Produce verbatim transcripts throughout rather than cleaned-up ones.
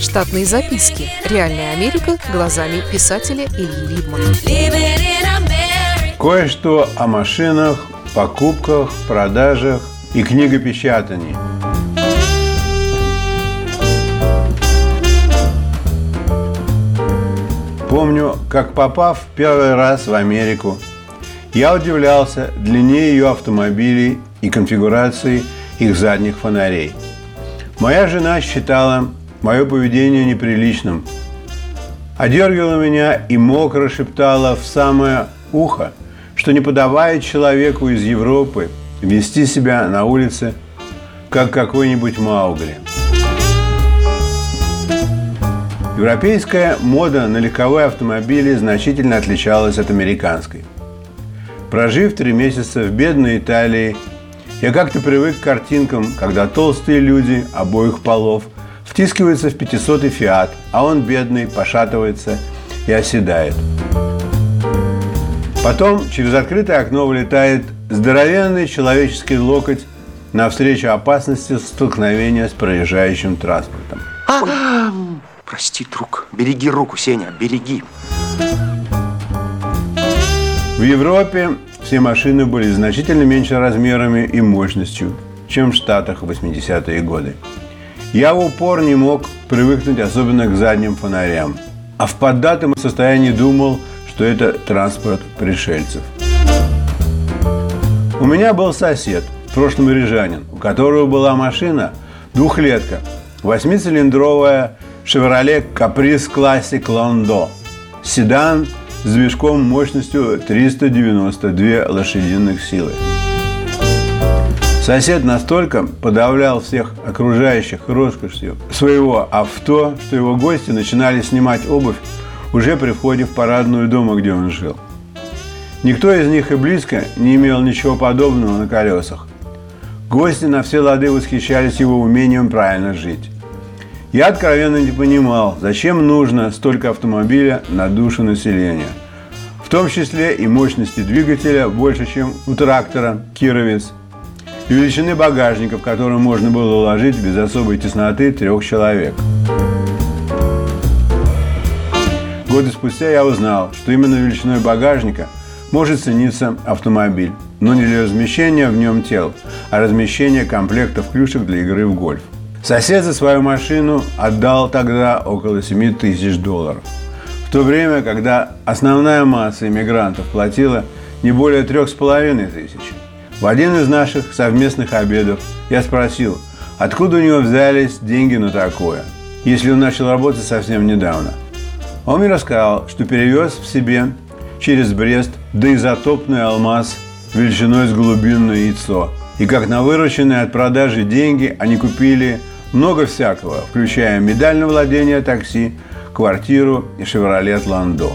Штатные записки. Реальная Америка глазами писателя Ильи Либмана. Кое-что о машинах, покупках, продажах и книгопечатании. Помню, как попав первый раз в Америку, я удивлялся длине ее автомобилей и конфигурации их задних фонарей. Моя жена считала мое поведение неприличным, одергивала меня и мокро шептала в самое ухо, что не подобает человеку из Европы вести себя на улице, как какой-нибудь Маугли. Европейская мода на легковые автомобили значительно отличалась от американской. Прожив три месяца в бедной Италии, я как-то привык к картинкам, когда толстые люди обоих полов втискиваются в пятисотый Фиат, а он, бедный, пошатывается и оседает. Потом через открытое окно вылетает здоровенный человеческий локоть навстречу опасности столкновения с проезжающим транспортом. А, прости, друг. Береги руку, Сеня, береги. В Европе все машины были значительно меньше размерами и мощностью, чем в Штатах в восьмидесятые годы. Я в упор не мог привыкнуть особенно к задним фонарям, а в поддатом состоянии думал, что это транспорт пришельцев. У меня был сосед, в прошлом рижанин, у которого была машина двухлетка, восьмицилиндровая Chevrolet Caprice Classic Landau, седан с движком мощностью триста девяносто две лошадиных силы. Сосед настолько подавлял всех окружающих роскошью своего авто, что его гости начинали снимать обувь уже при входе в парадную дома, где он жил. Никто из них и близко не имел ничего подобного на колесах. Гости на все лады восхищались его умением правильно жить. Я откровенно не понимал, зачем нужно столько автомобиля на душу населения. В том числе и мощности двигателя больше, чем у трактора «Кировец», и величины багажника, в который можно было уложить без особой тесноты трех человек. Годы спустя я узнал, что именно величиной багажника может цениться автомобиль, но не для размещения в нем тел, а размещения комплектов клюшек для игры в гольф. Сосед за свою машину отдал тогда около семи тысяч долларов. В то время, когда основная масса иммигрантов платила не более трех с половиной тысяч. В один из наших совместных обедов я спросил, откуда у него взялись деньги на такое, если он начал работать совсем недавно. Он мне рассказал, что перевез в себе через Брест доизотопный алмаз величиной с голубиное яйцо. И как на вырученные от продажи деньги они купили много всякого, включая медаль на владение такси, квартиру и Chevrolet Landau.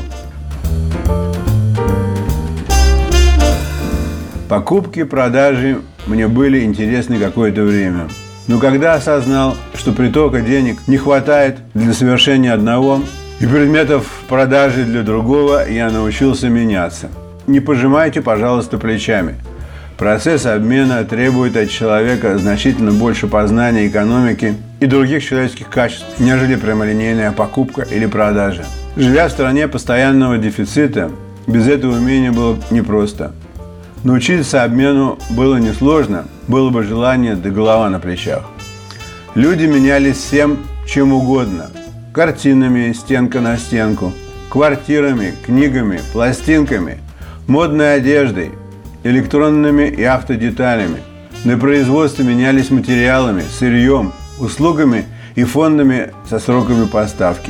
Покупки, продажи мне были интересны какое-то время. Но когда осознал, что притока денег не хватает для совершения одного и предметов продажи для другого, я научился меняться. Не пожимайте, пожалуйста, плечами. Процесс обмена требует от человека значительно больше познания экономики и других человеческих качеств, нежели прямолинейная покупка или продажа. Живя в стране постоянного дефицита, без этого умения было непросто. Научиться обмену было несложно, было бы желание да голова на плечах. Люди менялись всем, чем угодно. Картинами стенка на стенку, квартирами, книгами, пластинками, модной одеждой, электронными и автодеталями. На производстве менялись материалами, сырьем, услугами и фондами со сроками поставки.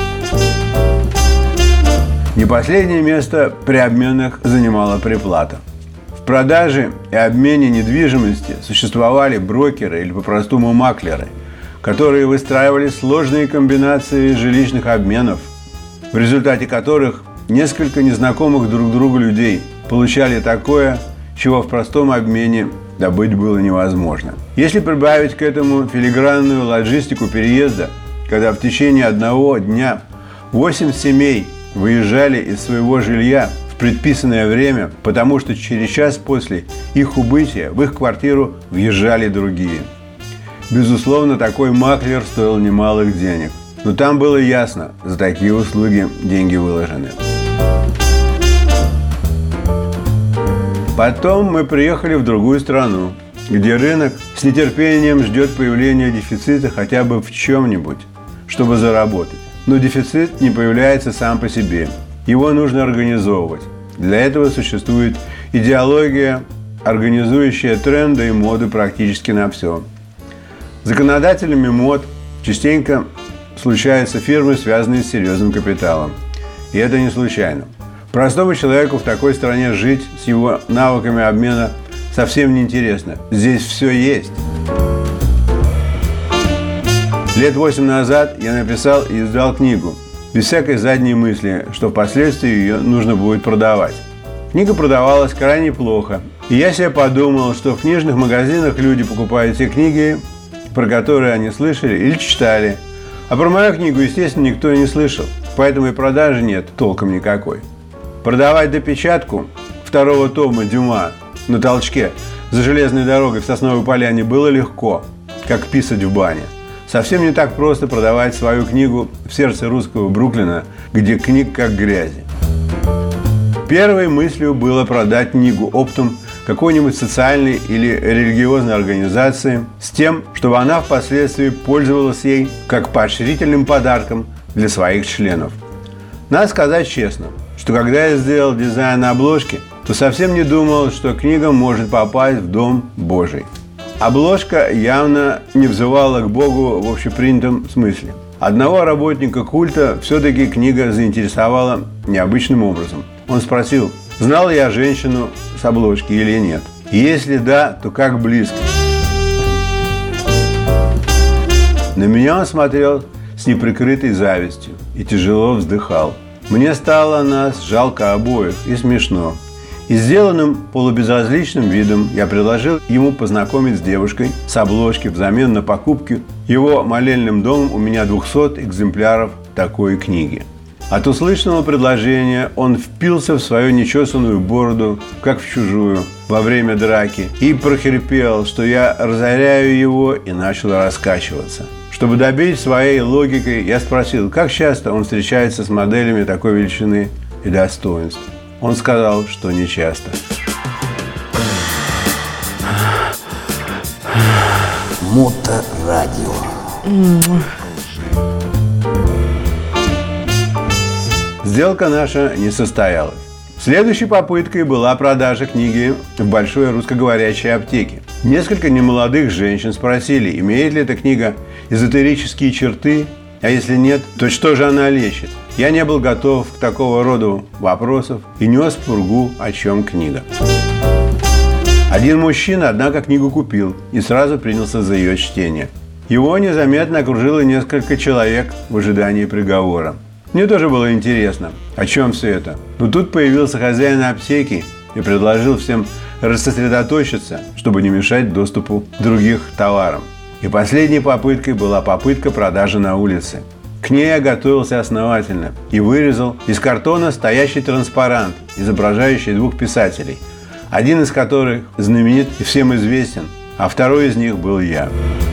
Не последнее место при обменах занимала преплата. В продаже и обмене недвижимости существовали брокеры или по-простому маклеры, которые выстраивали сложные комбинации жилищных обменов, в результате которых несколько незнакомых друг другу людей получали такое, чего в простом обмене добыть было невозможно. Если прибавить к этому филигранную логистику переезда, когда в течение одного дня восемь семей выезжали из своего жилья в предписанное время, потому что через час после их убытия в их квартиру въезжали другие. Безусловно, такой маклер стоил немалых денег. Но там было ясно, за такие услуги деньги выложены. Потом мы приехали в другую страну, где рынок с нетерпением ждет появления дефицита хотя бы в чем-нибудь, чтобы заработать. Но дефицит не появляется сам по себе. Его нужно организовывать. Для этого существует идеология, организующая тренды и моды практически на все. Законодателями мод частенько случаются фирмы, связанные с серьезным капиталом. И это не случайно. Простому человеку в такой стране жить с его навыками обмена совсем неинтересно. Здесь все есть. Лет восемь назад я написал и издал книгу, без всякой задней мысли, что впоследствии ее нужно будет продавать. Книга продавалась крайне плохо, и я себе подумал, что в книжных магазинах люди покупают те книги, про которые они слышали или читали. А про мою книгу, естественно, никто не слышал, поэтому и продажи нет толком никакой. Продавать допечатку второго тома Дюма на толчке за железной дорогой в Сосновой Поляне было легко, как писать в бане. Совсем не так просто продавать свою книгу в сердце русского Бруклина, где книг как грязи. Первой мыслью было продать книгу оптом какой-нибудь социальной или религиозной организации с тем, чтобы она впоследствии пользовалась ей как поощрительным подарком для своих членов. Надо сказать честно, что когда я сделал дизайн обложки, то совсем не думал, что книга может попасть в Дом Божий. Обложка явно не взывала к Богу в общепринятом смысле. Одного работника культа все-таки книга заинтересовала необычным образом. Он спросил, знал я женщину с обложки или нет. И если да, то как близко. На меня он смотрел с неприкрытой завистью и тяжело вздыхал. Мне стало нас жалко обоих и смешно. И сделанным полубезразличным видом я предложил ему познакомить с девушкой с обложки взамен на покупку его молельным домом у меня двухсот экземпляров такой книги. От услышанного предложения он впился в свою нечесанную бороду, как в чужую, во время драки, и прохрипел, что я разоряю его, и начал раскачиваться. Чтобы добить своей логикой, я спросил, как часто он встречается с моделями такой величины и достоинств. Он сказал, что не часто. Моторадио. Сделка наша не состоялась. Следующей попыткой была продажа книги в большой русскоговорящей аптеке. Несколько немолодых женщин спросили, имеет ли эта книга эзотерические черты, а если нет, то что же она лечит? Я не был готов к такого рода вопросов и нес пургу, о чем книга. Один мужчина, однако, книгу купил и сразу принялся за ее чтение. Его незаметно окружило несколько человек в ожидании приговора. Мне тоже было интересно, о чем все это. Но тут появился хозяин аптеки и предложил всем рассосредоточиться, чтобы не мешать доступу других к товарам. И последней попыткой была попытка продажи на улице. К ней я готовился основательно и вырезал из картона стоящий транспарант, изображающий двух писателей, один из которых знаменит и всем известен, а второй из них был я.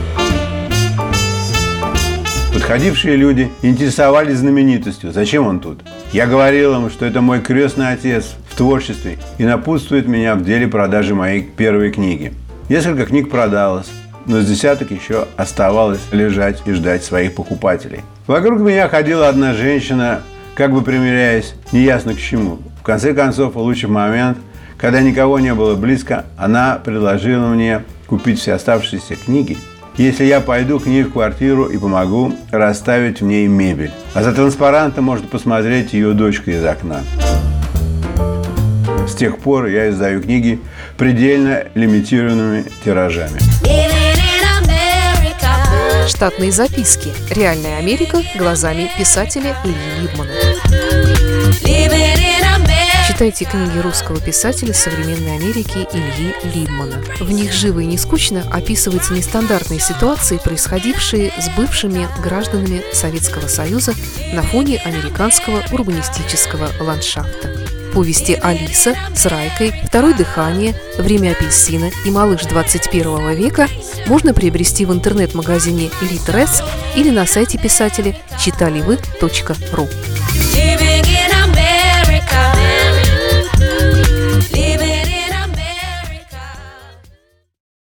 Подходившие люди интересовались знаменитостью. Зачем он тут? Я говорил им, что это мой крестный отец в творчестве и напутствует меня в деле продажи моей первой книги. Несколько книг продалось, но с десяток еще оставалось лежать и ждать своих покупателей. Вокруг меня ходила одна женщина, как бы примиряясь, неясно к чему. В конце концов, улучшив момент, когда никого не было близко, она предложила мне купить все оставшиеся книги, если я пойду к ней в квартиру и помогу расставить в ней мебель. А за транспарантом можно посмотреть ее дочка из окна. С тех пор я издаю книги предельно лимитированными тиражами. Штатные записки. Реальная Америка глазами писателя Ильи Либмана. Читайте книги русского писателя современной Америки Ильи Либмана. В них живо и не скучно описываются нестандартные ситуации, происходившие с бывшими гражданами Советского Союза на фоне американского урбанистического ландшафта. Повести «Алиса», «С Райкой», «Второе дыхание», «Время апельсина» и «Малыш двадцать первого века» можно приобрести в интернет-магазине Литрес или на сайте писателя читаливы точка ру.